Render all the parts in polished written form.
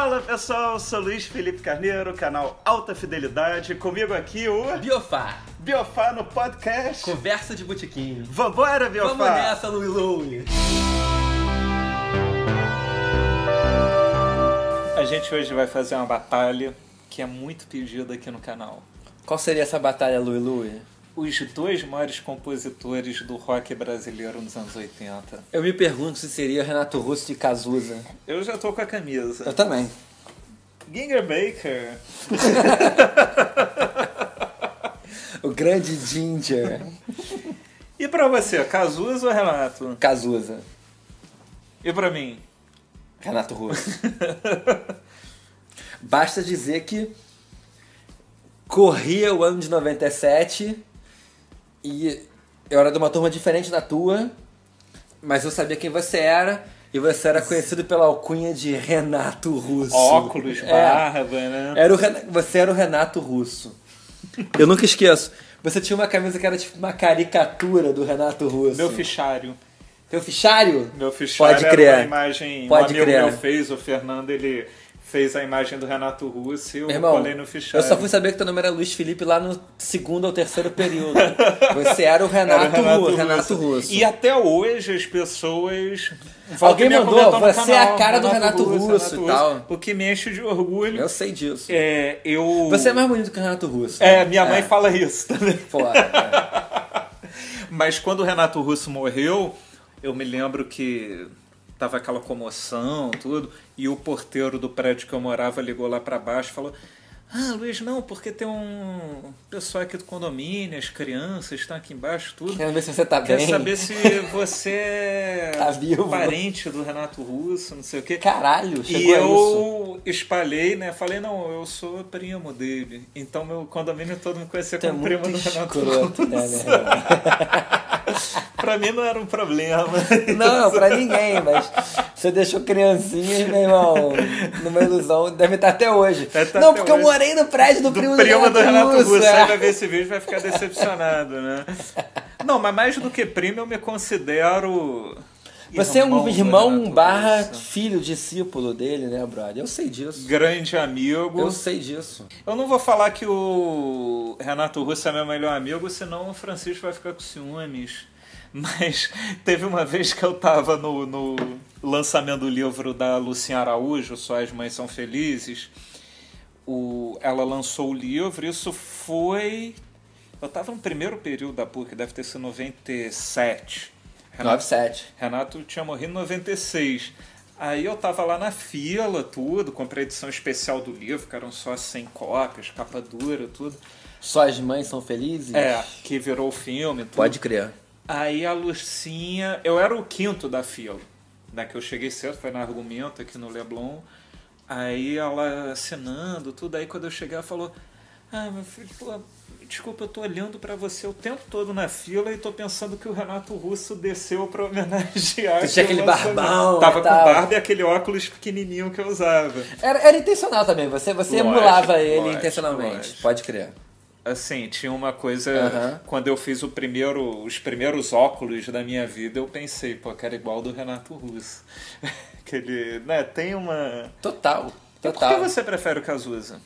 Fala pessoal, sou Luiz Felipe Carneiro, canal Alta Fidelidade. Comigo aqui o Biofá no podcast Conversa de Botequim. Vambora, Biofá! Vamos nessa, Luiz. A gente hoje vai fazer uma batalha que é muito pedida aqui no canal. Qual seria essa batalha, Luiz? Os dois maiores compositores do rock brasileiro nos anos 80. Eu me pergunto se seria Renato Russo e Cazuza. Eu já tô com a camisa. Eu também. Ginger Baker. O grande Ginger. E pra você, Cazuza ou Renato? Cazuza. E pra mim? Renato Russo. Basta dizer que corria o ano de 97 e eu era de uma turma diferente da tua, mas eu sabia quem você era e você era conhecido pela alcunha de Renato Russo. Óculos, barba, né? Você era o Renato Russo. Eu nunca esqueço. Você tinha uma camisa que era tipo uma caricatura do Renato Russo. Meu fichário. Teu fichário? Meu fichário. Pode crer. Era uma imagem, Pode um amigo crer. meu fez, o Fernando, ele fez a imagem do Renato Russo e eu Meu irmão, colei no fichário. eu só fui saber que teu nome era Luiz Felipe lá no segundo ou terceiro período. Você era o Renato Russo. E até hoje as pessoas... Alguém me mandou, comentam no você é canal, a cara do Renato Russo e tal. O que me enche de orgulho. Eu sei disso. Eu... Você é mais bonito que o Renato Russo. Minha mãe fala isso também. Pô, Mas quando o Renato Russo morreu, eu me lembro que tava aquela comoção, tudo, e o porteiro do prédio que eu morava ligou lá pra baixo e falou: "Ah, Luiz, não, porque tem um pessoal aqui do condomínio, as crianças estão aqui embaixo, tudo. Quero ver se você tá Quer bem. saber se você é Tá vivo. parente do Renato Russo, não sei o quê." Caralho, chegou E a isso. eu espalhei, né? Falei, não, eu sou primo dele. Então meu condomínio todo me conhecia Tu é como primo muito do Renato escroto, Russo. né, meu irmão? Pra mim não era um problema. Não, pra ninguém, mas você deixou criancinhas, meu irmão, numa ilusão, deve estar até hoje. Não, porque eu morei no prédio do primo do Renato Russo. é. Aí vai ver esse vídeo e vai ficar decepcionado, né? Não, mas mais do que primo, eu me considero... Você é um do irmão Renato barra Russo. filho, discípulo dele, né, brother? Eu sei disso. Grande amigo. Eu sei disso. Eu não vou falar que o Renato Russo é meu melhor amigo, senão o Francisco vai ficar com ciúmes. Mas teve uma vez que eu tava no lançamento do livro da Lucinha Araújo, Só as Mães São Felizes. Ela lançou o livro, isso foi... Eu tava no primeiro período da PUC, deve ter sido 97. 97. Renato tinha morrido em 96. Aí eu tava lá na fila, tudo, comprei a edição especial do livro, que eram só 100 cópias, capa dura, tudo. Só as mães são felizes? Que virou o filme, tudo. Pode crer. Aí a Lucinha... Eu era o quinto da fila, né? Que eu cheguei cedo, foi na Argumento, aqui no Leblon. Aí ela assinando, tudo. Aí quando eu cheguei, ela falou... "Ah, meu filho, pô, desculpa, eu tô olhando pra você o tempo todo na fila e tô pensando que o Renato Russo desceu pra homenagear." Você tinha aquele barbão Tava e com tal. barba e aquele óculos pequenininho que eu usava. Era intencional também, você emulava ele lógico, intencionalmente. lógico. Pode crer. Assim, tinha uma coisa... Aham. Quando eu fiz os primeiros óculos da minha vida, eu pensei, pô, que era igual ao do Renato Russo. Que ele, né, tem uma... Total. E por que você prefere o Cazuza?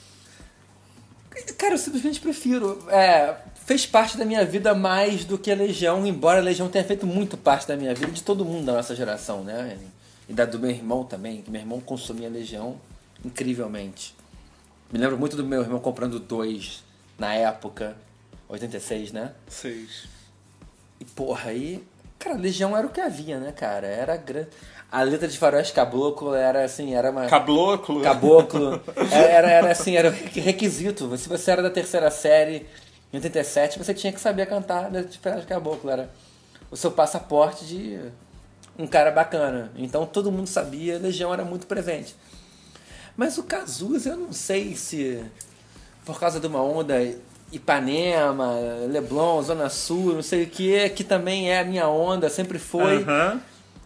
Cara, eu simplesmente prefiro. Fez parte da minha vida mais do que a Legião, embora a Legião tenha feito muito parte da minha vida, de todo mundo da nossa geração, né? E da do meu irmão também, que meu irmão consumia Legião incrivelmente. Me lembro muito do meu irmão comprando 2 na época, 86, né? 6. E porra, aí... Cara, Legião era o que havia, né, cara? Era grande... A letra de Faroeste Caboclo era assim, era uma... Caboclo? Caboclo. Era assim, era requisito. Se você era da terceira série, em 87, você tinha que saber cantar a letra de Faroeste Caboclo. Era o seu passaporte de um cara bacana. Então todo mundo sabia, Legião era muito presente. Mas o Cazuza, eu não sei se... Por causa de uma onda Ipanema, Leblon, Zona Sul, não sei o que também é a minha onda, sempre foi. Uhum.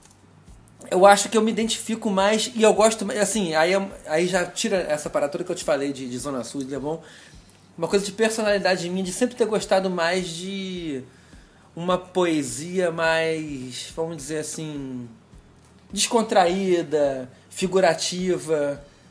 Eu acho que eu me identifico mais e eu gosto, assim, aí já tira essa parada toda que eu te falei de Zona Sul, de Leblon, uma coisa de personalidade minha, de sempre ter gostado mais de uma poesia mais, vamos dizer assim, descontraída, figurativa,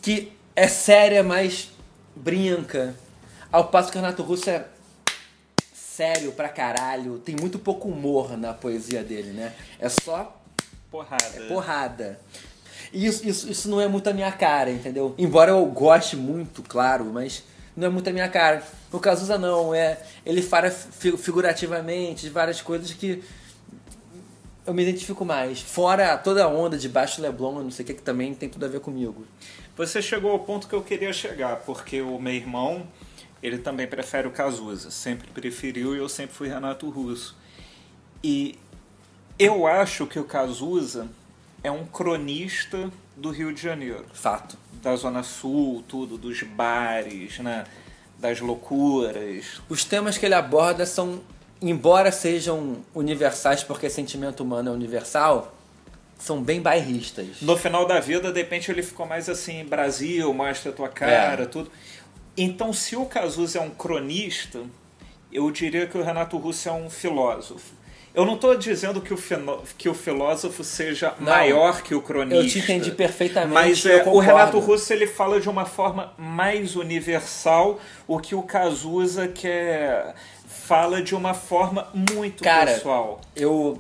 que é séria, mas brinca. Ao passo que o Renato Russo é sério pra caralho. Tem muito pouco humor na poesia dele, né? É só porrada. E isso não é muito a minha cara, entendeu? Embora eu goste muito, claro, mas não é muito a minha cara. O Cazuza não, ele fala figurativamente de várias coisas que eu me identifico mais. Fora toda a onda de Baixo Leblon, não sei o que também tem tudo a ver comigo. Você chegou ao ponto que eu queria chegar, porque o meu irmão, ele também prefere o Cazuza. Sempre preferiu e eu sempre fui Renato Russo. E eu acho que o Cazuza é um cronista do Rio de Janeiro. Fato. Da Zona Sul, tudo, dos bares, né? Das loucuras. Os temas que ele aborda são, embora sejam universais, porque sentimento humano é universal, são bem bairristas. No final da vida, de repente, ele ficou mais assim, Brasil, mostra a tua cara, tudo. Então, se o Cazuza é um cronista, eu diria que o Renato Russo é um filósofo. Eu não estou dizendo que o filósofo seja maior que o cronista. Eu te entendi perfeitamente. Mas o Renato Russo ele fala de uma forma mais universal, o que o Cazuza fala de uma forma muito pessoal. Eu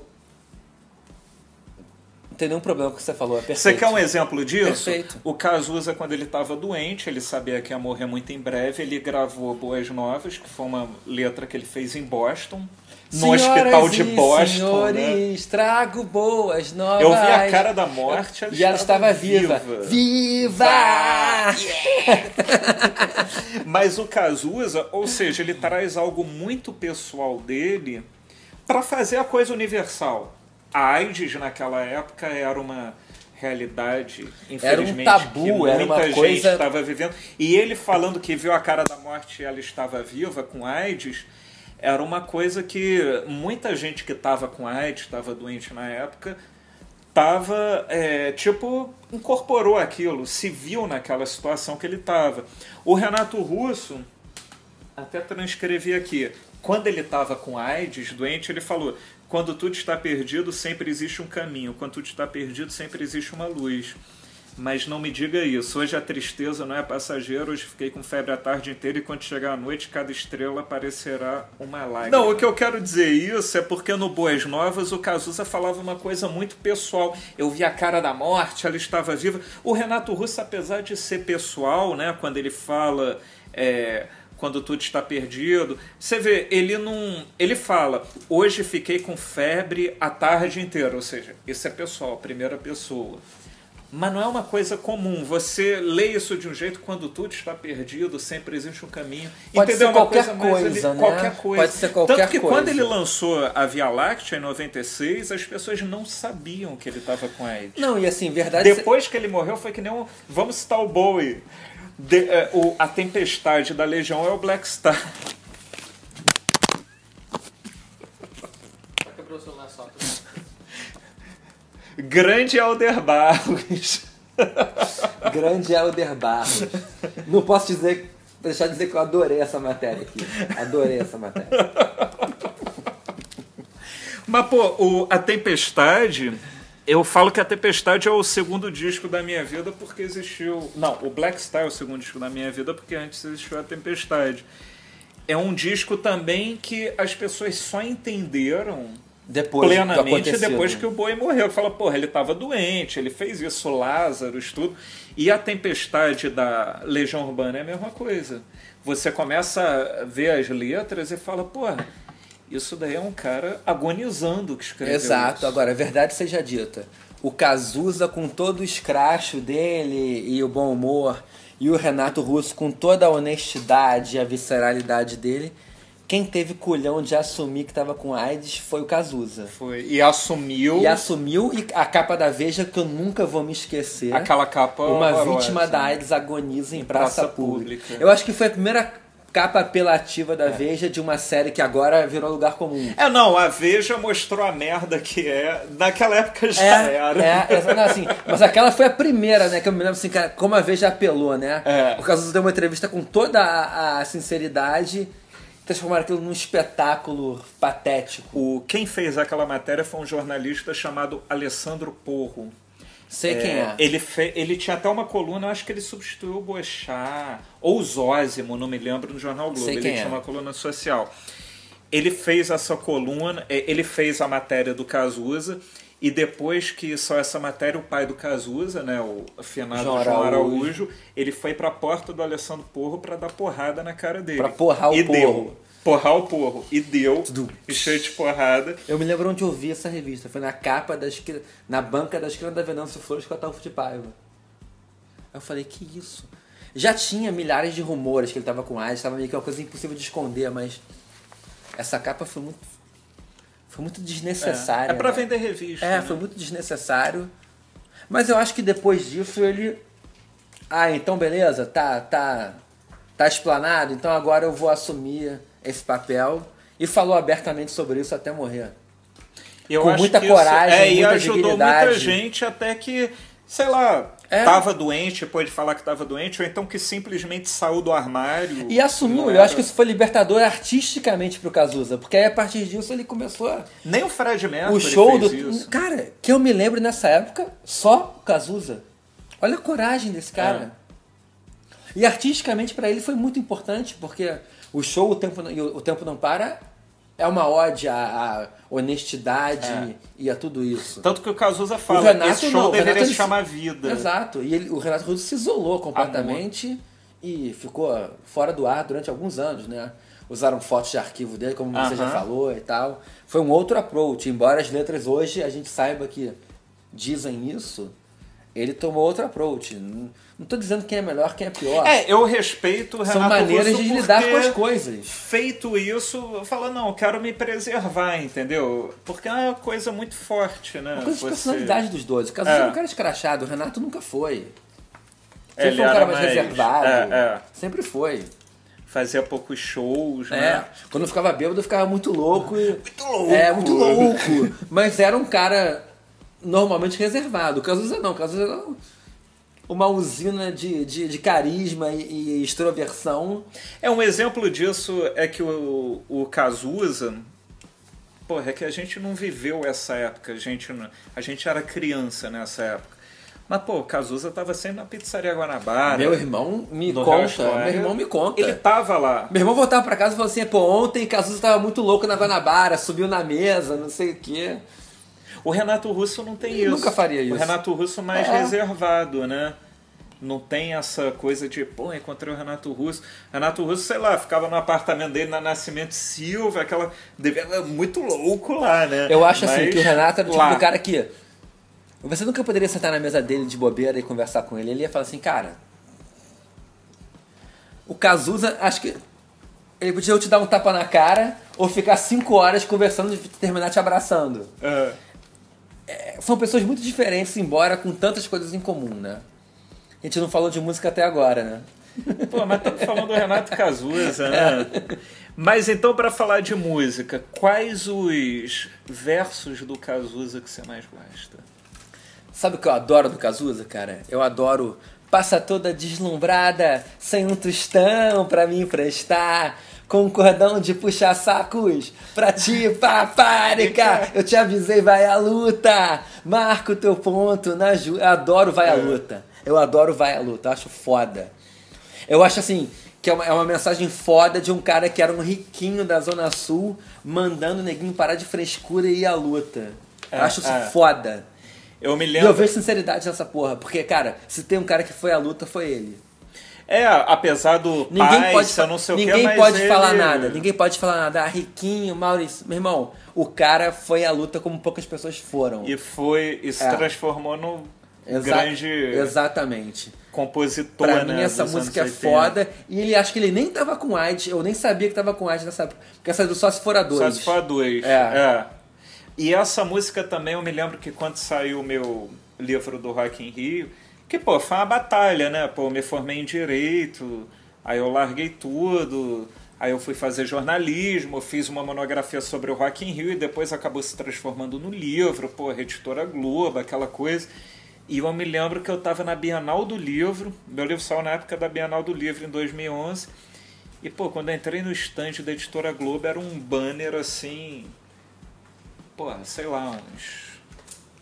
não tem nenhum problema com o que você falou, é perfeito. Você quer um exemplo disso? Perfeito. O Cazuza, quando ele estava doente, ele sabia que ia morrer muito em breve, ele gravou Boas Novas, que foi uma letra que ele fez em Boston. No hospital de Boston, senhores, trago boas novas. Eu vi a cara da morte, ela estava viva. Viva! Mas o Cazuza, ou seja, ele traz algo muito pessoal dele para fazer a coisa universal. A AIDS naquela época era uma realidade, infelizmente, era um tabu, que muita era uma gente coisa... estava vivendo. E ele falando que viu a cara da morte e ela estava viva com AIDS... Era uma coisa que muita gente que estava com AIDS, estava doente na época, incorporou aquilo, se viu naquela situação que ele estava. O Renato Russo, até transcrevi aqui, quando ele estava com AIDS, doente, ele falou: quando tudo está perdido, sempre existe um caminho, quando tudo está perdido, sempre existe uma luz. Mas não me diga isso. Hoje a tristeza não é passageira. Hoje fiquei com febre a tarde inteira e quando chegar a noite, cada estrela aparecerá uma lágrima. Não, o que eu quero dizer isso é porque no Boas Novas o Cazuza falava uma coisa muito pessoal. Eu vi a cara da morte, ela estava viva. O Renato Russo, apesar de ser pessoal, né, quando ele fala... quando tudo está perdido, você vê, ele fala, hoje fiquei com febre a tarde inteira. Ou seja, isso é pessoal, primeira pessoa. Mas não é uma coisa comum. Você lê isso de um jeito, quando tudo está perdido, sempre existe um caminho. Pode entendeu? ser qualquer coisa, né? Qualquer coisa. Pode ser qualquer Tanto que coisa. quando ele lançou a Via Láctea, em 96, as pessoas não sabiam que ele estava com AIDS. Não, e assim, verdade... Depois que ele morreu, foi que nem um... Vamos citar o Bowie. A Tempestade da Legião é o Black Star. Só quebrou o celular só. Grande Helder Barros. Grande Helder Barros. Não posso deixar de dizer que eu adorei essa matéria aqui. Adorei essa matéria. Mas, pô, a Tempestade... Eu falo que a Tempestade é o segundo disco da minha vida porque existiu... Não, o Black Star é o segundo disco da minha vida porque antes existiu a Tempestade. É um disco também que as pessoas só entenderam... plenamente depois que o Bowie morreu. Fala, porra, ele estava doente, ele fez isso, Lázaros, tudo. E a Tempestade da Legião Urbana é a mesma coisa. Você começa a ver as letras e fala, porra, isso daí é um cara agonizando que escreveu Exato. isso. Agora, a verdade seja dita, o Cazuza com todo o escracho dele e o bom humor, e o Renato Russo com toda a honestidade e a visceralidade dele, quem teve culhão de assumir que estava com AIDS foi o Cazuza. Foi. E assumiu, e a capa da Veja, que eu nunca vou me esquecer. Aquela capa Uma horrorosa, vítima da AIDS agoniza em praça pública. pública. Eu acho que foi a primeira capa apelativa da Veja de uma série que agora virou lugar comum. Não, a Veja mostrou a merda que é. Naquela época já era. Assim, mas aquela foi a primeira, né? Que eu me lembro assim, cara, como a Veja apelou, né? É. O Cazuza deu uma entrevista com toda a sinceridade, transformaram aquilo num espetáculo patético. Quem fez aquela matéria foi um jornalista chamado Alessandro Porro. Sei quem é. Ele tinha até uma coluna, eu acho que ele substituiu o Boechat, ou o Zósimo, não me lembro, no Jornal Globo. Sei Ele quem tinha é. uma coluna social. Ele fez essa coluna, ele fez a matéria do Cazuza, e depois que só essa matéria, o pai do Cazuza, né, o afinado João João Araújo. Araújo, ele foi pra porta do Alessandro Porro pra dar porrada na cara dele. Pra porrar o e Porro. deu. Porrar o Porro. E deu. Tudo. E cheio de porrada. Eu me lembro onde eu vi essa revista. Foi na capa na banca da esquina da Venâncio Flores com a Ataúfo de Paiva. Aí eu falei, que isso? Já tinha milhares de rumores que ele tava com AIDS, tava meio que uma coisa impossível de esconder, mas essa capa foi muito desnecessária. É pra né? vender revista. É, né? foi muito desnecessário. Mas eu acho que depois disso ele... Ah, então beleza, tá explanado, então agora eu vou assumir esse papel. E falou abertamente sobre isso até morrer. Eu com acho muita que coragem, e muita ajudou dignidade. muita gente até que, sei lá, tava doente, pôde falar que tava doente, ou então que simplesmente saiu do armário. E assumiu, eu acho que isso foi libertador artisticamente pro Cazuza, porque aí a partir disso ele começou a... Nem o Fred Mercury O show fez do... isso. Cara, que eu me lembro nessa época, só o Cazuza. Olha a coragem desse cara. E artisticamente pra ele foi muito importante, porque o show O Tempo Não Para é uma ode à honestidade e a tudo isso. Tanto que o Cazuza fala, Renato esse show não, o deveria Renato se chamar Vida. Exato. E o Renato Russo se isolou completamente e ficou fora do ar durante alguns anos, né? Usaram fotos de arquivo dele, como você já falou e tal. Foi um outro approach. Embora as letras hoje a gente saiba que dizem isso, ele tomou outro approach. Não tô dizendo quem é melhor, quem é pior. Eu respeito o Renato São maneiras Russo de lidar porque, com as coisas. feito isso, eu falo, não, eu quero me preservar, entendeu? Porque é uma coisa muito forte, né? Uma coisa de personalidade dos dois. O Cazuza era um cara escrachado, o Renato nunca foi. Sempre Ele foi um cara era mais mais- reservado. Sempre foi. Fazia poucos shows, né? Quando eu ficava bêbado, eu ficava muito louco. Muito louco! Muito louco. Mas era um cara normalmente reservado. O Cazuza não. O Cazuza era uma usina de carisma e extroversão. Um exemplo disso é que o Cazuza... Porra, é que a gente não viveu essa época. A gente era criança nessa época. Mas, pô, o Cazuza tava sempre na Pizzaria Guanabara. Meu irmão me no conta. Real Escola. Meu irmão me conta. Ele tava lá. Meu irmão voltava pra casa e falou assim, pô, ontem Cazuza tava muito louco na Guanabara, subiu na mesa, não sei o quê. O Renato Russo não tem Ele isso. nunca faria isso. O Renato Russo mais reservado, né? Não tem essa coisa de, pô, encontrei o Renato Russo. Renato Russo, sei lá, ficava no apartamento dele na Nascimento Silva, devia muito louco lá, né? Eu acho assim, Mas que o Renato era o tipo lá. do cara que... Você nunca poderia sentar na mesa dele de bobeira e conversar com ele. Ele ia falar assim, cara... O Cazuza, acho que... Ele podia ou te dar um tapa na cara, ou ficar 5 horas conversando e terminar te abraçando. São pessoas muito diferentes, embora com tantas coisas em comum, né? A gente não falou de música até agora, né? Pô, mas estamos falando do Renato Cazuza, né? Mas então, para falar de música, quais os versos do Cazuza que você mais gosta? Sabe o que eu adoro do Cazuza, cara? Eu adoro... Passa toda deslumbrada, sem um tostão pra me emprestar, com um cordão de puxa-sacos pra ti, paparica. Eu te avisei, vai à luta, marca o teu ponto na Eu adoro vai à luta. Eu adoro vai à luta, eu acho foda. Eu acho assim, que é uma mensagem foda de um cara que era um riquinho da Zona Sul, mandando o neguinho parar de frescura e ir à luta. Eu acho isso foda. Eu me E lembro... eu vejo sinceridade nessa porra, porque, cara, se tem um cara que foi à luta, foi ele. Apesar do não sei o que, mas ninguém pode ele... falar nada, ninguém pode falar nada. Ah, riquinho, Maurício, meu irmão, o cara foi à luta como poucas pessoas foram. E se transformou no grande Exatamente. compositor, Pra né, mim essa dos música é anos 80. foda. E ele acha que ele nem tava com AIDS, eu nem sabia que tava com AIDS nessa época. Porque essa do Só Se For a Dois. Só Se For a Dois. E essa música também, eu me lembro que quando saiu o meu livro do Rock in Rio, que, pô, foi uma batalha, né? Pô, eu me formei em Direito, aí eu larguei tudo, aí eu fui fazer jornalismo, fiz uma monografia sobre o Rock in Rio e depois acabou se transformando no livro, pô, Editora Globo, aquela coisa. E eu me lembro que eu estava na Bienal do Livro, meu livro saiu na época da Bienal do Livro, em 2011, e, pô, quando eu entrei no estande da Editora Globo, era um banner assim... Pô, sei lá, uns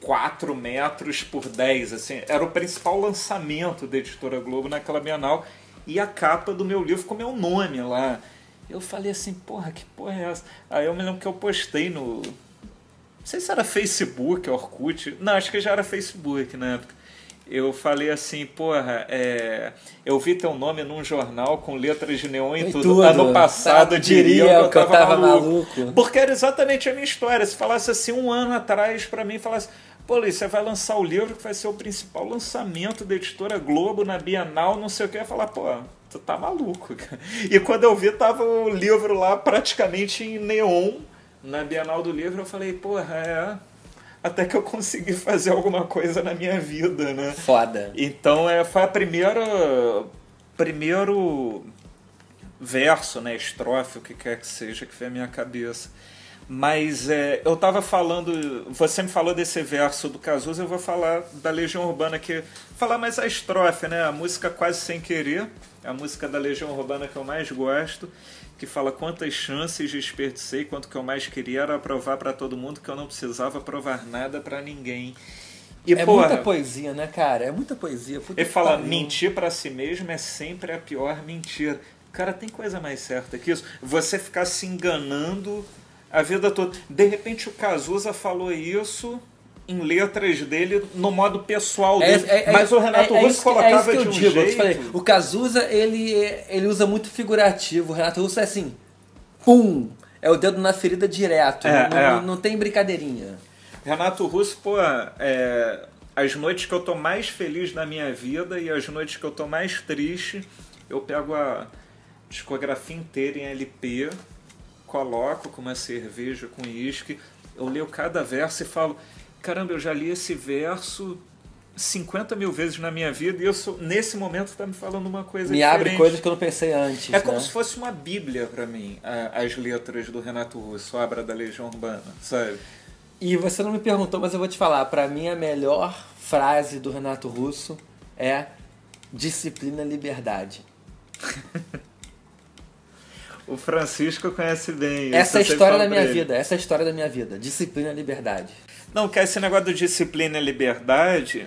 4 metros por 10, assim, era o principal lançamento da Editora Globo naquela Bienal, e a capa do meu livro com meu nome lá. Eu falei assim, porra, que porra é essa? Aí eu me lembro que eu postei no... Não sei se era Facebook, Orkut, não, acho que já era Facebook na época. Eu falei assim, porra, eu vi teu nome num jornal com letras de neon e tudo. Ano passado diria que eu tava maluco. Porque era exatamente a minha história. Se falasse assim 1 ano atrás pra mim, falasse, pô, Luiz, você vai lançar o livro que vai ser o principal lançamento da Editora Globo na Bienal, não sei o que. Eu ia falar, pô, tu tá maluco, cara. E quando eu vi, tava o livro lá praticamente em neon na Bienal do Livro. Eu falei, porra, até que eu consegui fazer alguma coisa na minha vida, né? Foda. Então foi a primeiro verso, né, estrofe, o que quer que seja, que veio à minha cabeça. Mas eu tava falando, você me falou desse verso do Cazuza, eu vou falar da Legião Urbana, falar mais a estrofe, né? A música Quase Sem Querer, a música da Legião Urbana que eu mais gosto, que fala quantas chances desperdicei, quanto que eu mais queria era provar para todo mundo que eu não precisava provar nada para ninguém. E, muita poesia, né, cara? É muita poesia. Ele fala, mentir para si mesmo é sempre a pior mentira. Cara, tem coisa mais certa que isso? Você ficar se enganando a vida toda. De repente o Cazuza falou isso em letras dele, no modo pessoal dele. Mas o Renato Russo colocava de um jeito... Falei, o Cazuza, ele usa muito figurativo. O Renato Russo é assim, pum, é o dedo na ferida direto. Não tem brincadeirinha. Renato Russo, pô, as noites que eu tô mais feliz na minha vida e as noites que eu tô mais triste, eu pego a discografia inteira em LP, coloco com uma cerveja, com uísque, eu leio cada verso e falo, caramba, eu já li esse verso 50 mil vezes na minha vida e isso, nesse momento, está me falando uma coisa diferente. Me abre coisas que eu não pensei antes. É como se fosse uma bíblia para mim, as letras do Renato Russo, a obra da Legião Urbana, sabe? E você não me perguntou, mas eu vou te falar. Para mim, a melhor frase do Renato Russo é disciplina e liberdade. O Francisco conhece bem. Essa é a história da minha vida. Essa é a história da minha vida. Disciplina e liberdade. Não, que esse negócio de disciplina e liberdade,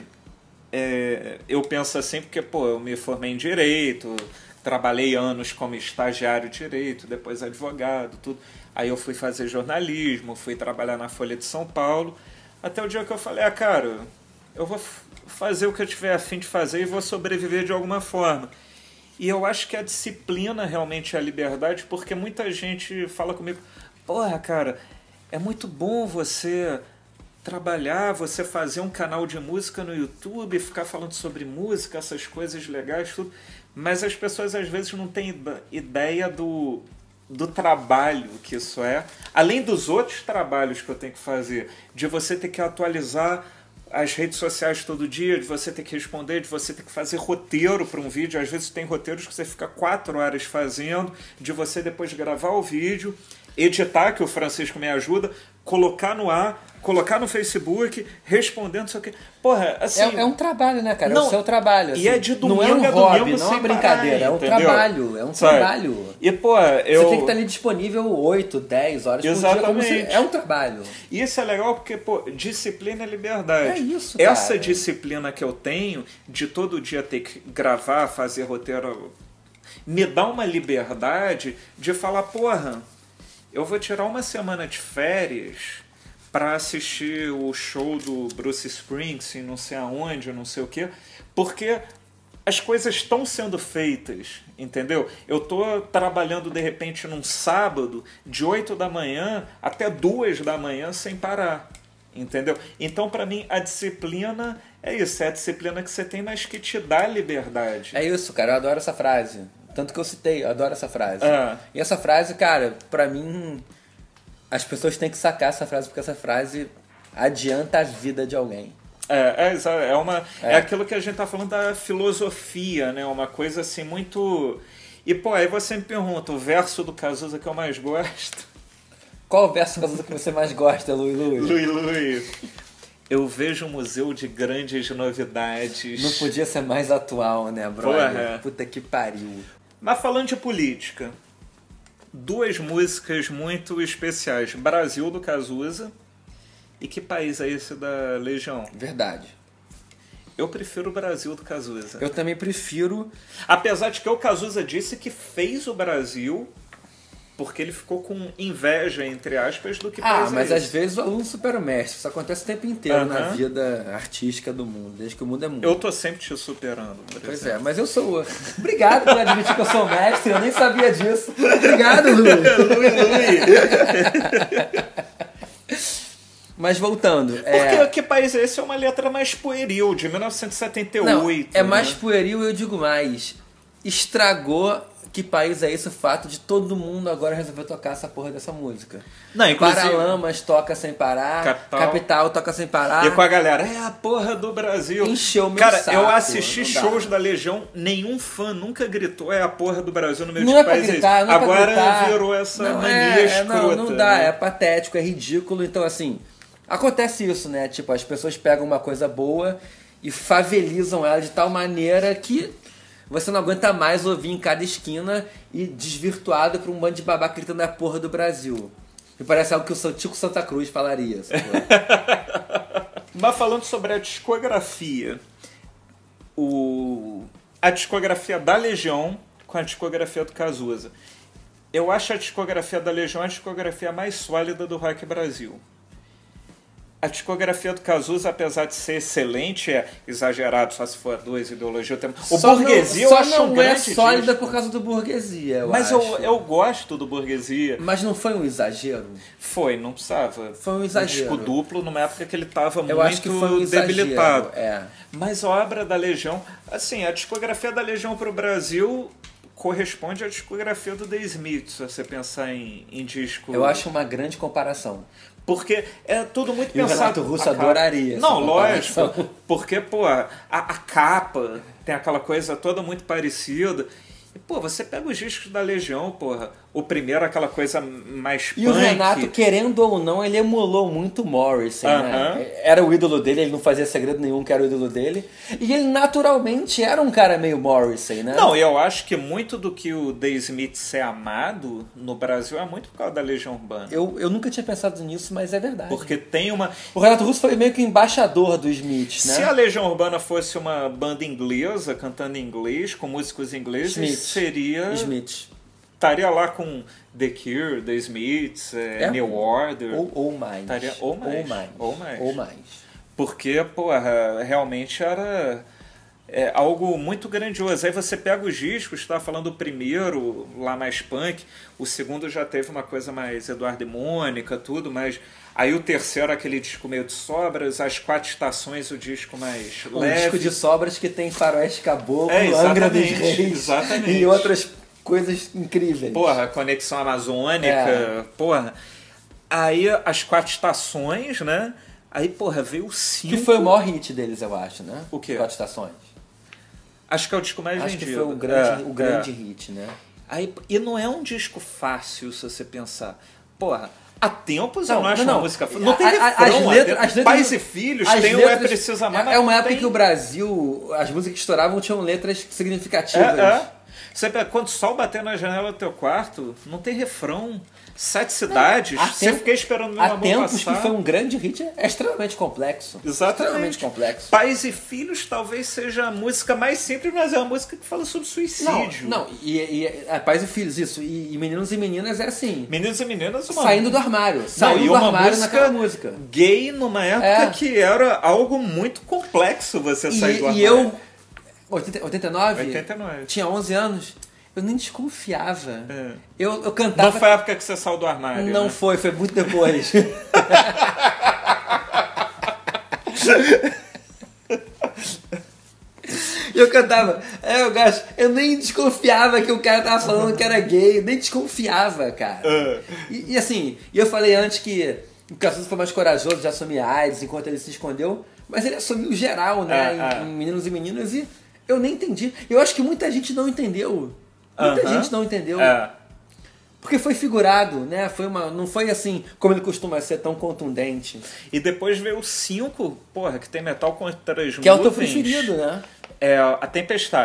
eu penso assim porque, pô, eu me formei em Direito, trabalhei anos como estagiário de Direito, depois advogado, tudo. Aí eu fui fazer jornalismo, fui trabalhar na Folha de São Paulo, até o dia que eu falei, cara, eu vou fazer o que eu tiver a fim de fazer e vou sobreviver de alguma forma. E eu acho que a disciplina realmente é a liberdade, porque muita gente fala comigo, porra, cara, é muito bom você trabalhar, você fazer um canal de música no YouTube, ficar falando sobre música, essas coisas legais, tudo. Mas as pessoas às vezes não têm ideia do trabalho que isso é. Além dos outros trabalhos que eu tenho que fazer, de você ter que atualizar as redes sociais todo dia, de você ter que responder, de você ter que fazer roteiro para um vídeo. Às vezes tem roteiros que você fica 4 horas fazendo, de você depois gravar o vídeo, editar, que o Francisco me ajuda, colocar no ar, colocar no Facebook, respondendo, não sei o quê. Porra, assim... É um trabalho, né, cara? É o seu trabalho. Assim. E é de domingo, não é um hobby, não é uma brincadeira. Parar, é um trabalho. É um trabalho. E, pô, Você tem que estar ali disponível 8, 10 horas Exatamente. por dia. É um trabalho. E isso é legal porque, pô, disciplina é liberdade. É isso, cara. Essa disciplina que eu tenho de todo dia ter que gravar, fazer roteiro, me dá uma liberdade de falar, porra, eu vou tirar uma semana de férias para assistir o show do Bruce Springsteen, não sei aonde, não sei o quê, porque as coisas estão sendo feitas, entendeu? Eu tô trabalhando, de repente, num sábado, de 8 da manhã até 2 da manhã, sem parar, entendeu? Então, para mim, a disciplina é isso, é a disciplina que você tem, mas que te dá liberdade. É isso, cara, eu adoro essa frase. Tanto que eu citei, eu adoro essa frase. E essa frase, cara, pra mim, as pessoas têm que sacar essa frase, porque essa frase adianta a vida de alguém. É aquilo que a gente tá falando da filosofia, né? Uma coisa assim muito... E, pô, aí você me pergunta, o verso do Cazuza que eu mais gosto? Qual o verso do Cazuza que você mais gosta, Lui? Lui. Eu vejo um museu de grandes novidades. Não podia ser mais atual, né, brother? Puta que pariu. Mas falando de política, 2 músicas muito especiais. Brasil, do Cazuza, E que país é esse da Legião? Verdade. Eu prefiro o Brasil do Cazuza. Eu também prefiro... Apesar de que o Cazuza disse que fez o Brasil porque ele ficou com inveja, entre aspas, do que país mas é às esse. vezes o aluno supera o mestre. Isso acontece o tempo inteiro na vida artística do mundo, desde que o mundo é mundo. Eu tô sempre te superando, por Pois exemplo. mas eu sou... Obrigado por admitir que eu sou mestre, eu nem sabia disso. Obrigado, Luiz. Mas voltando... Porque Que País é Esse é uma letra mais pueril, de 1978. Não, é mais né? pueril, eu digo mais. Estragou Que País é Esse o fato de todo mundo agora resolver tocar essa porra dessa música. Não, inclusive... Paralamas toca sem parar, Capital toca sem parar. E com a galera, é a porra do Brasil. Encheu meu Cara, saco, eu assisti não dá. shows da Legião, nenhum fã nunca gritou é a porra do Brasil no meio Não de é pra país. gritar, não é pra Agora gritar. virou essa Não, mania escrota. não dá, né? é patético, é ridículo. Então, assim, acontece isso, né? Tipo, as pessoas pegam uma coisa boa e favelizam ela de tal maneira que você não aguenta mais ouvir em cada esquina e desvirtuado por um bando de babaca gritando a porra do Brasil. Me parece algo que o Tico Santa Cruz falaria. Mas falando sobre a discografia, a discografia da Legião com a discografia do Cazuza. Eu acho a discografia da Legião a discografia mais sólida do rock Brasil. A discografia do Cazuza, apesar de ser excelente, é exagerado, só se for duas ideologias. O Burguesia eu acho um grande Só não é sólida disco. por causa do Burguesia, Mas acho. eu gosto do Burguesia. Mas não foi um exagero? Foi, não precisava. Foi um exagero. Um disco duplo numa época que ele estava muito acho que foi um exagero, debilitado. é. Mas a obra da Legião, assim, a discografia da Legião para o Brasil corresponde à discografia do The Smiths, se você pensar em disco. Eu acho uma grande comparação. Porque é tudo muito E o pensado. Renato Russo adoraria Não, essa lógico. comparação. Porque, pô, a capa tem aquela coisa toda muito parecida. E, pô, você pega os discos da Legião, porra. O primeiro, aquela coisa mais E punk. o Renato, querendo ou não, ele emulou muito o Morrison, né? Era o ídolo dele, ele não fazia segredo nenhum que era o ídolo dele. E ele naturalmente era um cara meio Morrison, né? Não, eu acho que muito do que o The Smiths é amado no Brasil é muito por causa da Legião Urbana. Eu nunca tinha pensado nisso, mas é verdade. Porque tem uma... O Renato Russo foi meio que embaixador do Smiths, né? Se a Legião Urbana fosse uma banda inglesa, cantando em inglês, com músicos ingleses, Smiths. seria... Smiths. Estaria lá com The Cure, The Smiths, New Order. Ou mais. Estaria, ou mais. Ou mais. Porque, porra, realmente era algo muito grandioso. Aí você pega os discos, estava falando o primeiro, lá mais punk, o segundo já teve uma coisa mais Eduardo e Mônica, tudo, mas aí o terceiro, aquele disco meio de sobras, as 4 estações, o disco mais Um leve. disco de sobras que tem faroeste caboclo, exatamente, Angra dos Reis exatamente. e outras coisas incríveis. Porra, Conexão Amazônica, porra. Aí as 4 estações, né? Aí, porra, veio o 5. Que foi o maior hit deles, eu acho, né? O quê? 4 estações. Acho que é o disco mais Acho vendido. que foi o grande hit, né? Aí, e não é um disco fácil, se você pensar. Porra, há tempos eu não acho uma música fácil. Não tem refrão. As letras, Pais e Filhos, tem o É Preciso Amar, mas é uma não época tem... que o Brasil, as músicas que estouravam tinham letras significativas. Você pega, quando o sol bater na janela do teu quarto, não tem refrão. 7 cidades, você fica esperando meu amor tempos passar. que foi um grande hit, é extremamente complexo. Exatamente. Extremamente complexo. Pais e Filhos talvez seja a música mais simples, mas é uma música que fala sobre suicídio. Não, Pais e Filhos, isso. E Meninos e Meninas é assim. Meninos e Meninas, saindo do armário. Saindo e do uma armário música naquela música. Gay numa época que era algo muito complexo você sair do armário. E eu, 89? 89. Tinha 11 anos. Eu nem desconfiava. Eu cantava... Não foi a época que você saiu do armário, Não né? foi muito depois. Eu cantava, eu nem desconfiava que o cara tava falando que era gay, nem desconfiava, cara. E assim, eu falei antes que o Cazuza foi mais corajoso de assumir AIDS enquanto ele se escondeu, mas ele assumiu geral, né, em Meninos e Meninas, e eu nem entendi. Eu acho que muita gente não entendeu. Muita gente não entendeu. Porque foi figurado, né? Não foi assim, como ele costuma ser, tão contundente. E depois veio o 5, porra, que tem Metal contra as Nuvens. Que é o teu preferido, né? É A Tempestade.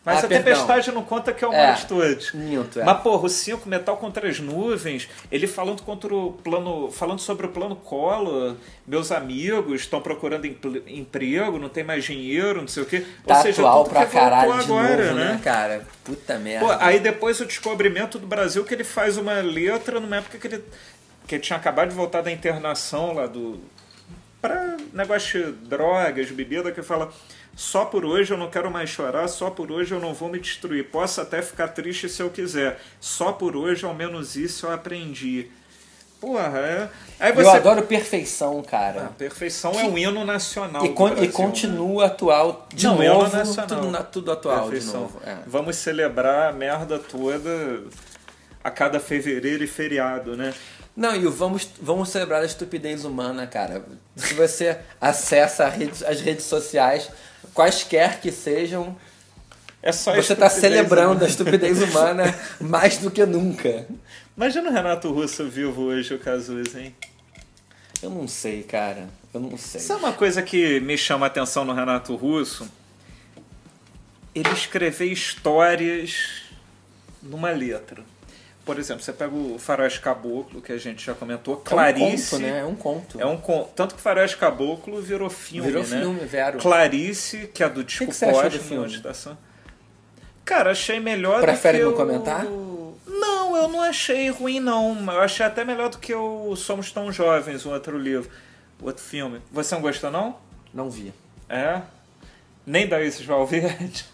Mas a perdão. Tempestade não conta, que é o maior de todos. Minto, Mas, porra, o 5, Metal contra as Nuvens, ele falando sobre o plano Collor, meus amigos estão procurando emprego, não tem mais dinheiro, não sei o quê. Tá Ou seja, atual tudo pra que voltou caralho agora, de novo, né, cara? Puta merda. Pô, aí depois o descobrimento do Brasil, que ele faz uma letra numa época que ele tinha acabado de voltar da internação lá pra negócio de drogas, bebida, que fala: só por hoje eu não quero mais chorar, só por hoje eu não vou me destruir. Posso até ficar triste se eu quiser. Só por hoje, ao menos isso eu aprendi. Porra, Aí Eu adoro Perfeição, cara. Perfeição é um hino nacional. E continua atual de não, novo. Hino nacional. Tudo atual Perfeição. de novo. É. Vamos celebrar a merda toda a cada fevereiro e feriado, né? Não, e vamos celebrar a estupidez humana, cara. Se você acessa as redes sociais, quaisquer que sejam, É só você está celebrando a estupidez humana mais do que nunca. Imagina o Renato Russo vivo hoje, o Cazuza, hein? Eu não sei, cara. Eu não sei. Isso é uma coisa que me chama a atenção no Renato Russo. Ele escrever histórias numa letra. Por exemplo, você pega o Faroeste Caboclo, que a gente já comentou, Clarice... É um conto. Tanto que Faroeste Caboclo virou filme, Virou né? filme, Vero. Clarice, que é do Disco que você achou do Póstumo, filme? Estação. Cara, achei melhor Prefere do que não comentar? Não, eu não achei ruim, não. Eu achei até melhor do que o Somos Tão Jovens, o outro livro, o outro filme. Você não gostou, não? Não vi. É? Nem da Isis Valverde?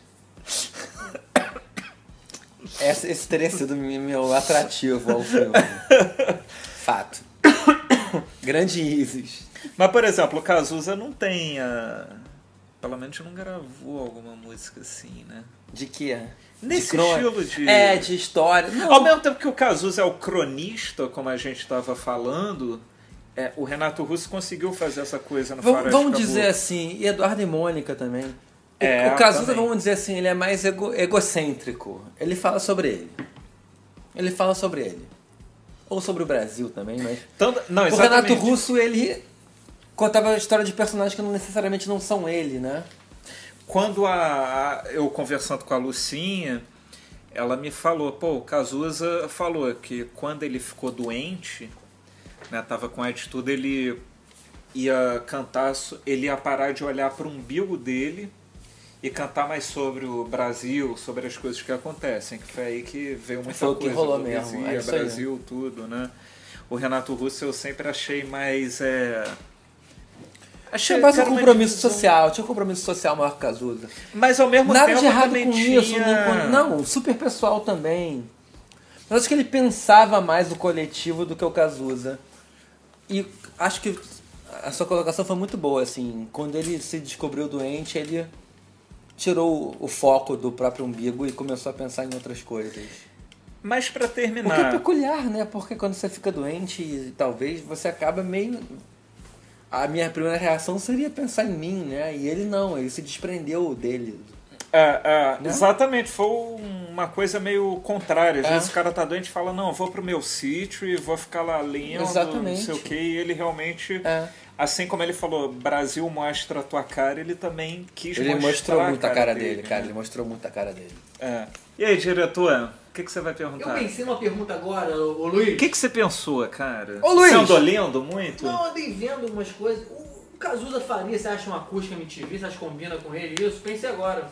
Esse teria sido meu atrativo ao filme. Fato. Grande Isis. Mas, por exemplo, o Cazuza não tem Pelo menos não gravou alguma música assim, né? De quê? Nesse de estilo de... de história. Não. Ao mesmo tempo que o Cazuza é o cronista, como a gente estava falando, o Renato Russo conseguiu fazer essa coisa no Faroeste Vamos Caboclo. dizer assim, e Eduardo e Mônica também. É, o Cazuza, também. vamos dizer assim, ele é mais egocêntrico. Ele fala sobre ele. Ou sobre o Brasil também, mas... Não, o Renato Russo, ele contava a história de personagens que não necessariamente não são ele, né? Quando eu conversando com a Lucinha, ela me falou, o Cazuza falou que quando ele ficou doente, né, tava com atitude, ele ia cantar, ele ia parar de olhar para o umbigo dele e cantar mais sobre o Brasil, sobre as coisas que acontecem, que foi aí que veio muita foi coisa. O que rolou mesmo. Brasil, tudo, né? O Renato Russo eu sempre achei mais... Tinha mais um compromisso social. Tinha um compromisso social maior que o Cazuza. Mas ao mesmo Nada tempo de errado também com isso. Não, super pessoal também. Mas acho que ele pensava mais no coletivo do que o Cazuza. E acho que a sua colocação foi muito boa, assim. Quando ele se descobriu doente, ele tirou o foco do próprio umbigo e começou a pensar em outras coisas. Mas pra terminar... Porque é peculiar, né? Porque quando você fica doente, talvez você acaba meio... A minha primeira reação seria pensar em mim, né? E ele não, ele se desprendeu dele. Né? Exatamente, foi uma coisa meio contrária. Às vezes o cara tá doente e fala, não, eu vou pro meu sítio e vou ficar lá lendo, Exatamente. não sei o que, e ele realmente, assim como ele falou, Brasil mostra a tua cara, ele também quis mostrar. Ele mostrou muito a cara dele, né? cara, ele mostrou muito a cara dele. E aí, diretor, o que você vai perguntar? Eu pensei numa pergunta agora, ô Luiz. O que você pensou, cara? Ô, Luiz! Você andou lendo muito? Não, andei vendo algumas coisas. O Cazuza Faria, você acha uma acústica MTV? Você acha que combina com ele isso? Pensei agora.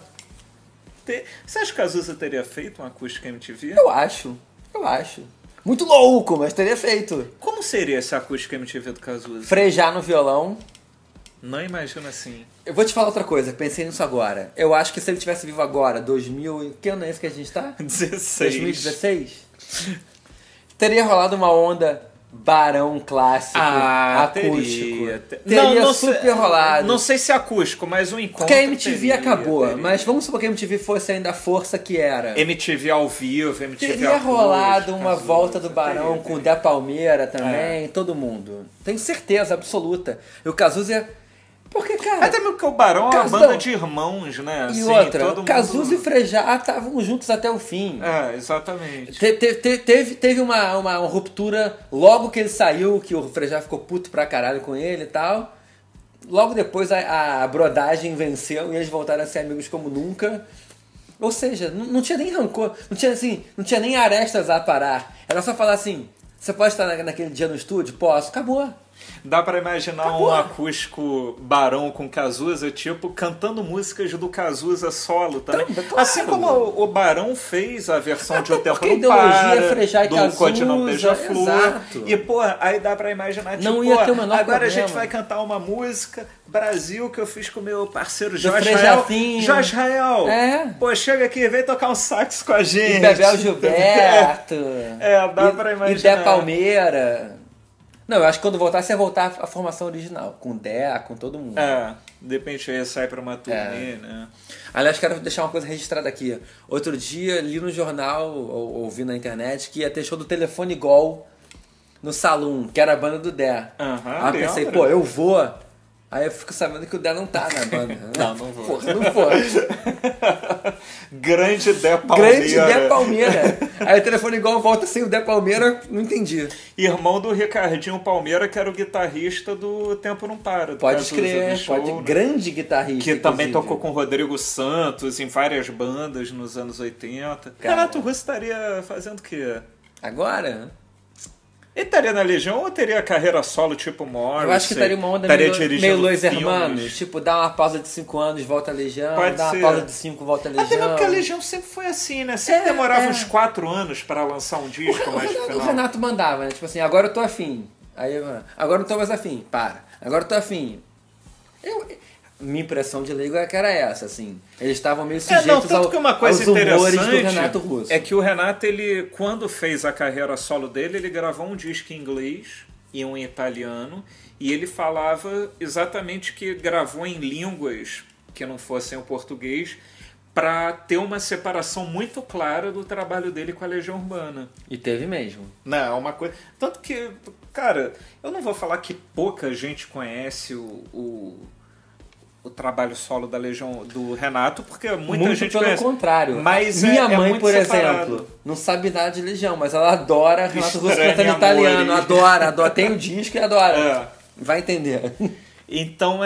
Você acha que o Cazuza teria feito uma acústica MTV? Eu acho. Muito louco, mas teria feito. Como seria essa acústica MTV do Cazuza? Frejar no violão. Não imagino assim. Eu vou te falar outra coisa, pensei nisso agora. Eu acho que se ele tivesse vivo agora, 2000... Que ano é esse que a gente tá? 16. 2016? Teria rolado uma onda Barão clássico, acústico. Teria não, super rolado. Não sei se é acústico, mas um encontro. Porque a MTV acabou, teria. mas vamos supor que a MTV fosse ainda a força que era. MTV ao vivo, MTV Teria acústico, rolado uma Cazuza, volta do Barão teria. com o Dé Palmeira também, todo mundo. Tenho certeza absoluta. E o Cazuza... Porque, cara... Até mesmo que o Barão é uma banda de irmãos, né? E Assim, outra, todo Cazuza mundo... e Frejá estavam juntos até o fim. Exatamente. Teve uma ruptura logo que ele saiu, que o Frejá ficou puto pra caralho com ele e tal. Logo depois a brodagem venceu e eles voltaram a ser amigos como nunca. Ou seja, não tinha nem rancor, não tinha nem arestas a aparar. Era só falar assim, você pode estar naquele dia no estúdio? Posso. Acabou. Dá pra imaginar um acústico Barão com Cazuza, tipo, cantando músicas do Cazuza solo também. Claro. Assim como o Barão fez a versão de O Tempo Não ideologia Para, Frejá e do Cazuza, Continente Beija-Flor. exato. E, pô, aí dá pra imaginar, tipo, Não ia ter o menor agora a problema. gente vai cantar uma música Brasil que eu fiz com o meu parceiro Do Jorge Frejafinho. Israel. Jorge Israel, É. pô, chega aqui, vem tocar um sax com a gente. E Bebel Gilberto. Dá pra imaginar. E Dé Palmeira. Não, eu acho que quando voltar, você ia voltar à formação original. Com Dé, com todo mundo. De repente aí sai pra uma turnê, né? Aliás, quero deixar uma coisa registrada aqui. Outro dia, li no jornal, ou ouvi na internet, que ia ter show do Telefone Gol no Saloon, que era a banda do Dé. Aí eu pensei, pô, eu vou. Aí eu fico sabendo que o Dé não tá na banda. Não vou. Porra, não vou. Grande Dé Palmeira. Grande Dé Palmeira. Aí o Telefone Igual volta sem o Dé Palmeira, não entendi. Irmão do Ricardinho Palmeira, que era o guitarrista do Tempo Não Para. Pode crer, show, grande guitarrista. Que também tocou com o Rodrigo Santos em várias bandas nos anos 80. Cara. Renato Russo estaria fazendo o quê? Agora? Ele estaria na Legião ou teria carreira solo tipo Morrissey? Eu acho que estaria uma onda meio Los Hermanos. Tipo, dá uma pausa de 5 anos, volta à Legião. Dá uma pausa de 5, volta à Legião. Até porque a Legião sempre foi assim, né? Sempre demorava uns 4 anos pra lançar um disco mais no final. O Renato mandava, né? Tipo assim, agora eu tô afim. Aí, agora eu não tô mais afim. Para. Agora eu tô afim. Minha impressão de leigo é que era essa, assim. Eles estavam meio sujeitos tanto que uma coisa aos humores do interessante Renato Russo. é que o Renato, ele, quando fez a carreira solo dele, ele gravou um disco em inglês e um em italiano, e ele falava exatamente que gravou em línguas que não fossem o português, para ter uma separação muito clara do trabalho dele com a Legião Urbana. E teve mesmo. Não, é uma coisa... Tanto que, cara, eu não vou falar que pouca gente conhece o trabalho solo da Legião do Renato, porque muita muito gente pelo conhece. contrário. Mas minha mãe, muito por separado. exemplo, não sabe nada de Legião, mas ela adora Renato Russo Estranho cantando amor, italiano. hein? Adora. Tem o disco e adora. Vai entender. Então,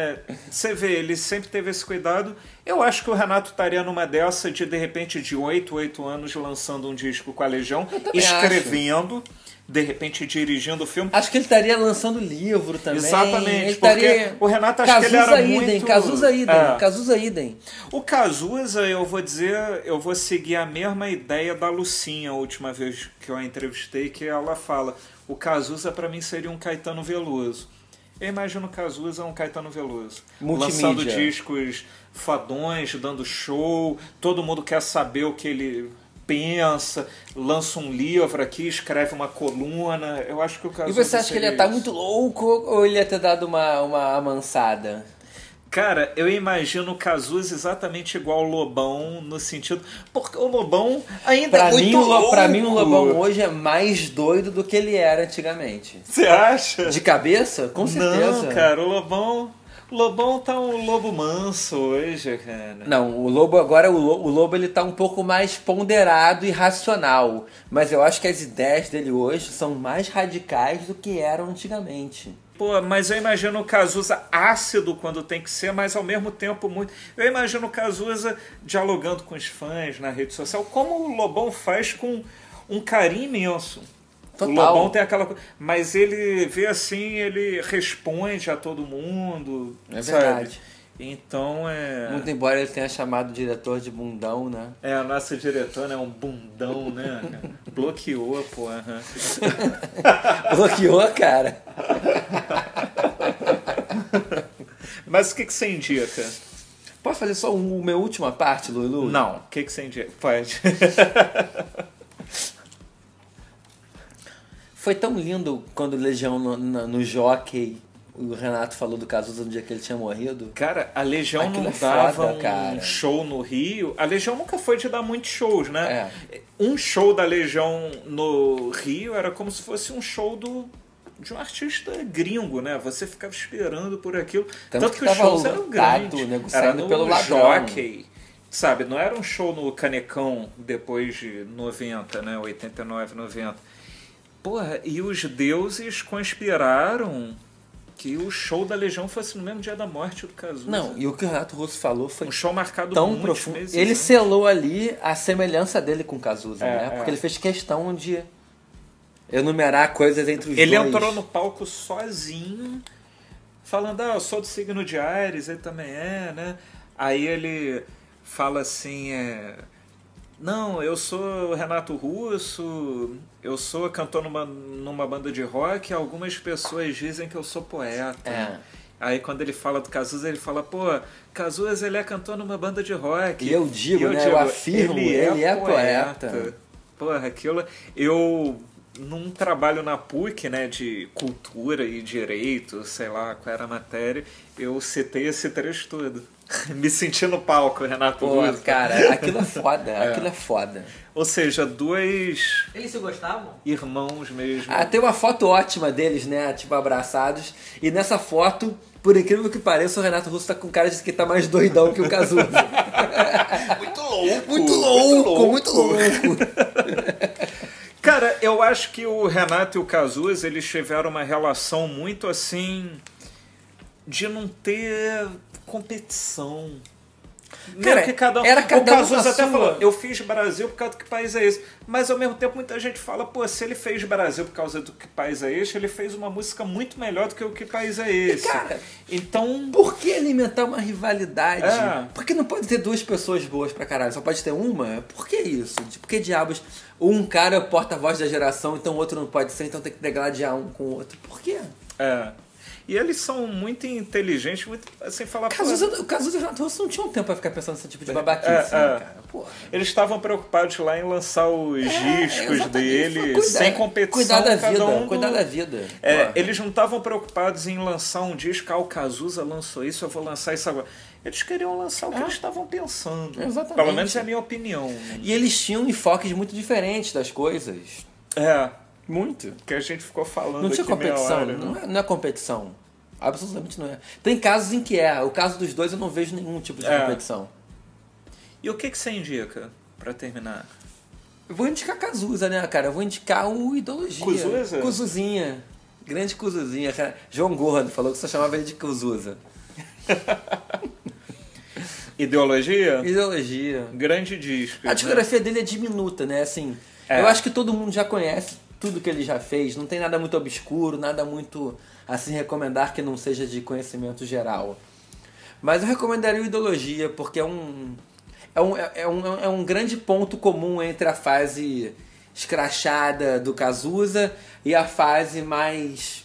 você vê, ele sempre teve esse cuidado. Eu acho que o Renato estaria numa dessa de repente, de 8 anos, lançando um disco com a Legião, escrevendo, de repente dirigindo o filme. Acho que ele estaria lançando livro também. Exatamente, porque o Renato, acho que ele era muito... Cazuza Idem. O Cazuza, eu vou dizer, eu vou seguir a mesma ideia da Lucinha, a última vez que eu a entrevistei, que ela fala, o Cazuza pra mim seria um Caetano Veloso. Eu imagino o Cazuza um Caetano Veloso. Multimídia. Lançando discos fadões, dando show, todo mundo quer saber o que ele pensa, lança um livro aqui, escreve uma coluna. Eu acho que o Cazuza... E você acha que ele ia estar muito louco ou ele ia ter dado uma amansada? Cara, eu imagino o Cazuza exatamente igual ao Lobão, no sentido... Porque o Lobão ainda é muito louco. Pra mim, o Lobão hoje é mais doido do que ele era antigamente. Você acha? De cabeça? Com certeza. Não, cara, o Lobão tá um lobo manso hoje, cara. Não, o Lobo agora, o Lobo ele tá um pouco mais ponderado e racional. Mas eu acho que as ideias dele hoje são mais radicais do que eram antigamente. Pô, mas eu imagino o Cazuza ácido quando tem que ser, mas ao mesmo tempo muito... Eu imagino o Cazuza dialogando com os fãs na rede social, como o Lobão faz com um carinho imenso. Total. O Lobão tem aquela coisa... Mas ele vê assim, ele responde a todo mundo. É sabe? verdade. Então Muito embora ele tenha chamado o diretor de bundão, né? a nossa diretora é um bundão, né? Bloqueou, porra. Bloqueou, cara. Mas o que você indica? Posso fazer só uma última parte, Lulu? Não. O que você indica? Pode. Foi tão lindo quando o Legião no Jockey, o Renato falou do Cazuza no dia que ele tinha morrido. Cara, a Legião Aquilo não é dava foda, cara. show no Rio. A Legião nunca foi de dar muitos shows, né? Um show da Legião no Rio era como se fosse um show de um artista gringo, né? Você ficava esperando por aquilo. Tanto que os shows eram grandes. Era no pelo Jockey, sabe? Não era um show no Canecão depois de 90, né? 89, 90. Porra, e os deuses conspiraram que o show da Legião fosse no mesmo dia da morte do Cazuza. Não, e o que o Renato Russo falou foi um show marcado tão muitos profundo. meses Ele antes. selou ali a semelhança dele com o Cazuza, É, né? é. Porque ele fez questão de enumerar coisas entre os Ele dois. entrou no palco sozinho, falando, eu sou do signo de Áries, ele também é, né? Aí ele fala assim, não, eu sou Renato Russo, eu sou cantor numa banda de rock, algumas pessoas dizem que eu sou poeta. É. Aí quando ele fala do Cazuza, ele fala, pô, Cazuza ele é cantor numa banda de rock. E eu digo, né, eu afirmo, ele é poeta. Porra, aquilo... Eu, num trabalho na PUC, né, de cultura e direito, sei lá qual era a matéria, eu citei esse trecho todo. Me senti no palco, Renato Pô, Russo. cara, aquilo é foda, aquilo é foda. Ou seja, dois Eles se gostavam? irmãos mesmo. Ah, tem uma foto ótima deles, né, tipo, abraçados. E nessa foto, por incrível que pareça, o Renato Russo tá com cara de que tá mais doidão que o Cazuza. Muito louco! Muito louco, muito louco. Cara, eu acho que o Renato e o Cazuza, eles tiveram uma relação muito assim de não ter competição. Cara, Que cada um... era cada o um Cazuza na até sua. falou, eu fiz Brasil por causa do que país é esse. Mas ao mesmo tempo muita gente fala, pô, se ele fez Brasil por causa do que país é esse, ele fez uma música muito melhor do que o que país é esse. cara, então... Por que alimentar uma rivalidade? É. Por que não pode ter duas pessoas boas pra caralho? Só pode ter uma? Por que isso? Por que diabos um cara é o porta-voz da geração, então o outro não pode ser, então tem que degladiar um com o outro? Por quê? É. E eles são muito inteligentes, muito assim, falar... O Cazuza e o Renato Russo não tinham tempo pra ficar pensando nesse tipo de babaquice, É. cara. Porra. Eles estavam preocupados lá em lançar os discos exatamente. dele, sem competição. Cuidar da cada vida, um cuidar da vida. É, Porra. eles não estavam preocupados em lançar um disco, o Cazuza lançou isso, eu vou lançar isso agora. Eles queriam lançar o que eles estavam pensando. Exatamente. Pelo menos é a minha opinião. Né? E eles tinham enfoques muito diferentes das coisas. É, Muito. que a gente ficou falando Não tinha aqui meia competição, hora, né? não é competição. Absolutamente não é. Tem casos em que é. O caso dos dois eu não vejo nenhum tipo de competição. E o que você indica, pra terminar? Eu vou indicar Cazuza, né, cara? Eu vou indicar o Ideologia. Cazuza? Cuzuzinha. Grande Cuzuzinha, cara. João Gordo falou que só chamava ele de Cazuza. Ideologia? Ideologia. Grande disco. A discografia dele é diminuta, né? Assim, eu acho que todo mundo já conhece tudo que ele já fez. Não tem nada muito obscuro, nada muito assim recomendar que não seja de conhecimento geral. Mas eu recomendaria o Ideologia, porque é um grande ponto comum entre a fase escrachada do Cazuza e a fase mais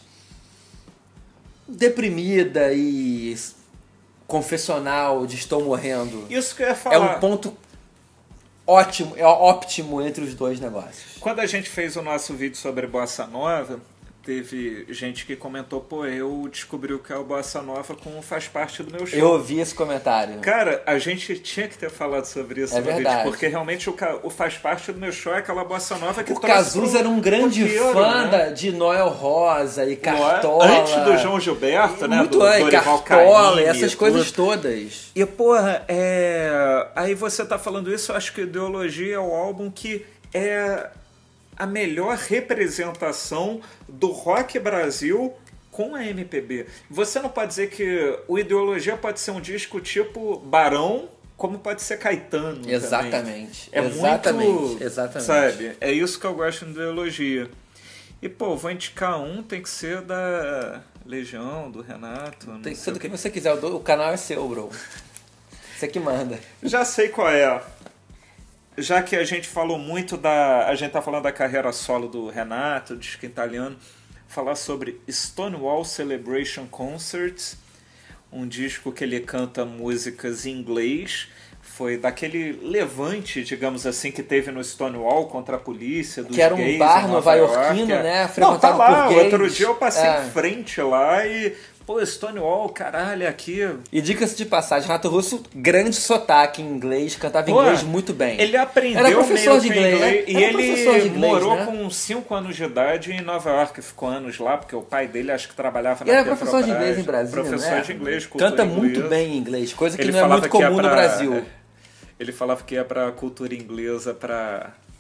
deprimida e confessional de estou morrendo. Isso que eu ia falar. É um ponto ótimo, é óptimo entre os dois negócios. Quando a gente fez o nosso vídeo sobre Bossa Nova, teve gente que comentou, pô, eu descobri o que é o Bossa Nova com Faz Parte do Meu Show. Eu ouvi esse comentário. Cara, a gente tinha que ter falado sobre isso É no vídeo, verdade. porque realmente o Faz Parte do Meu Show é aquela Bossa Nova que O trouxe Cazuza era um grande roqueiro, fã né? de Noel Rosa e Cartola. Antes do João Gilberto, né? Muito Do antes, Dorival Cartola, Caymmi, essas tudo. coisas todas. E, porra, aí você tá falando isso, eu acho que Ideologia é o álbum que é a melhor representação do rock Brasil com a MPB. Você não pode dizer que o Ideologia pode ser um disco tipo Barão, como pode ser Caetano também. Exatamente. É muito, Exatamente. sabe? É isso que eu gosto de Ideologia. E, pô, vou indicar tem que ser da Legião, do Renato. não Tem que ser sei do o que você quiser, o canal é seu, bro. Você que manda. Já sei qual é. Já que a gente falou muito a gente tá falando da carreira solo do Renato, disco italiano, falar sobre Stonewall Celebration Concerts, um disco que ele canta músicas em inglês. Foi daquele levante, digamos assim, que teve no Stonewall contra a polícia, dos Que era um gays bar em Nova novaiorquino, York. né? Não, tá Frequentado lá. por gays. Outro dia eu passei É. em frente lá e... Pô, Stonewall, caralho, aqui... E dica-se de passagem, Renato Russo, grande sotaque em inglês, cantava Pô, inglês muito bem. Ele aprendeu Era professor meio de que inglês, né? E Era professor de ele inglês, morou né? com 5 anos de idade em Nova York, ficou anos lá, porque o pai dele acho que trabalhava na Ele era Petrobras. professor de inglês em Brasília, Professor né? de inglês, cultura Canta muito inglesa. bem em inglês, coisa que Ele não é falava muito que ia comum no pra- Brasil. Ele falava que ia pra cultura inglesa pra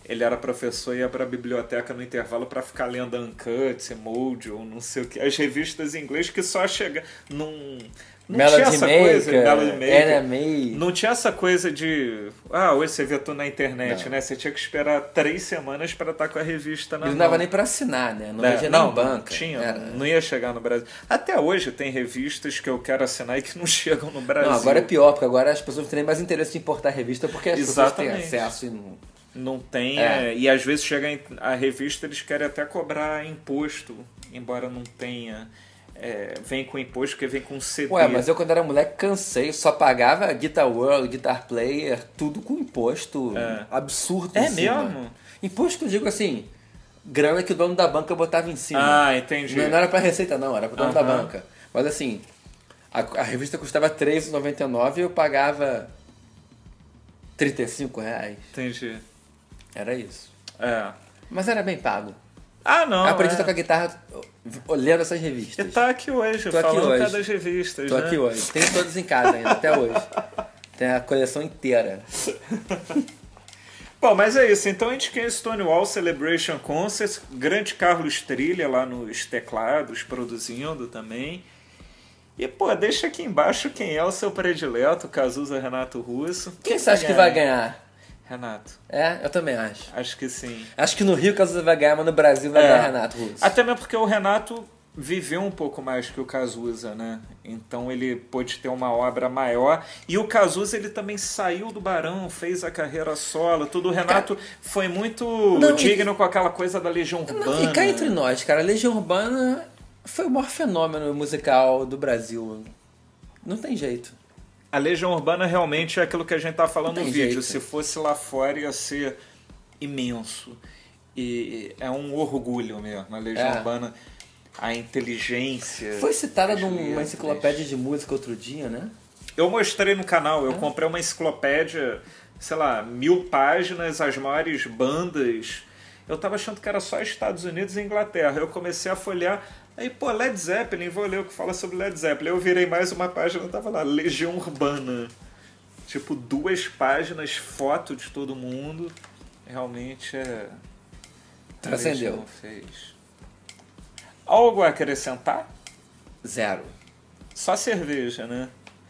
ele era professor e ia pra biblioteca no intervalo para ficar lendo Uncut, Mojo, não sei o que. As revistas em inglês que só chega. Não Melody tinha essa Maker, coisa, Melody Maker. NMA. Não tinha essa coisa de. Hoje você vê tudo na internet, né? Você tinha que esperar 3 semanas para estar com a revista na E mão. não dava nem pra assinar, né? Não vendia nem banca. Não ia chegar no Brasil. Até hoje tem revistas que eu quero assinar e que não chegam no Brasil. Não, agora é pior, porque agora as pessoas têm mais interesse em importar a revista porque as pessoas têm acesso e não... Não tem, e às vezes chega a revista, eles querem até cobrar imposto, embora não tenha. Vem com imposto, porque vem com CD. Ué, mas eu quando era moleque cansei, só pagava Guitar World, Guitar Player, tudo com imposto absurdo em cima. Mesmo? Imposto que eu digo assim, grana que o dono da banca botava em cima. Ah, entendi. Não era pra receita não, era pro dono da banca. Mas assim, a revista custava R$3,99 e eu pagava R$35. Entendi. Era isso. É. Mas era bem pago. Ah, não. Eu aprendi a tocar guitarra olhando essas revistas. E tá aqui hoje, Tô aqui falando hoje. cada revistas, Tô né? aqui hoje. Tenho todos em casa ainda, até hoje. Tem a coleção inteira. Bom, mas é isso. Então a gente quer Stonewall Celebration Concert, grande Carlos Trilha lá nos teclados, produzindo também. E, pô, deixa aqui embaixo quem é o seu predileto, Cazuza Renato Russo. Quem você acha que vai ganhar? Renato. Eu também acho. Acho que sim. Acho que no Rio o Cazuza vai ganhar, mas no Brasil vai ganhar Renato Russo. Até mesmo porque o Renato viveu um pouco mais que o Cazuza, né? Então ele pôde ter uma obra maior. E o Cazuza, ele também saiu do Barão, fez a carreira solo, tudo. O Renato foi muito digno com aquela coisa da Legião Urbana. E cá entre nós, cara, a Legião Urbana foi o maior fenômeno musical do Brasil. Não tem jeito. A Legião Urbana realmente é aquilo que a gente tá falando no vídeo. Jeito. Se fosse lá fora ia ser imenso. E é um orgulho mesmo, a Legião Urbana, a inteligência. Foi citada numa enciclopédia de música outro dia, né? Eu mostrei no canal, eu comprei uma enciclopédia, sei lá, 1000 páginas, as maiores bandas. Eu tava achando que era só Estados Unidos e Inglaterra. Eu comecei a folhear. Aí, pô, Led Zeppelin, vou ler o que fala sobre Led Zeppelin. Eu virei mais uma página, tava lá, Legião Urbana. Tipo, 2 páginas, foto de todo mundo. Realmente Transcendeu. Fez. Algo a acrescentar? Zero. Só cerveja, né?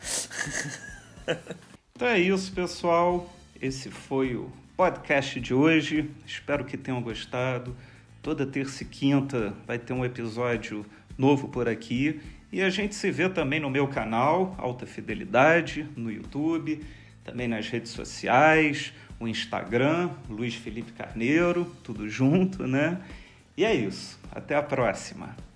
Então é isso, pessoal. Esse foi o podcast de hoje. Espero que tenham gostado. Toda terça e quinta vai ter um episódio novo por aqui. E a gente se vê também no meu canal, Alta Fidelidade, no YouTube, também nas redes sociais, o Instagram, Luiz Felipe Carneiro, tudo junto, né? E é isso. Até a próxima.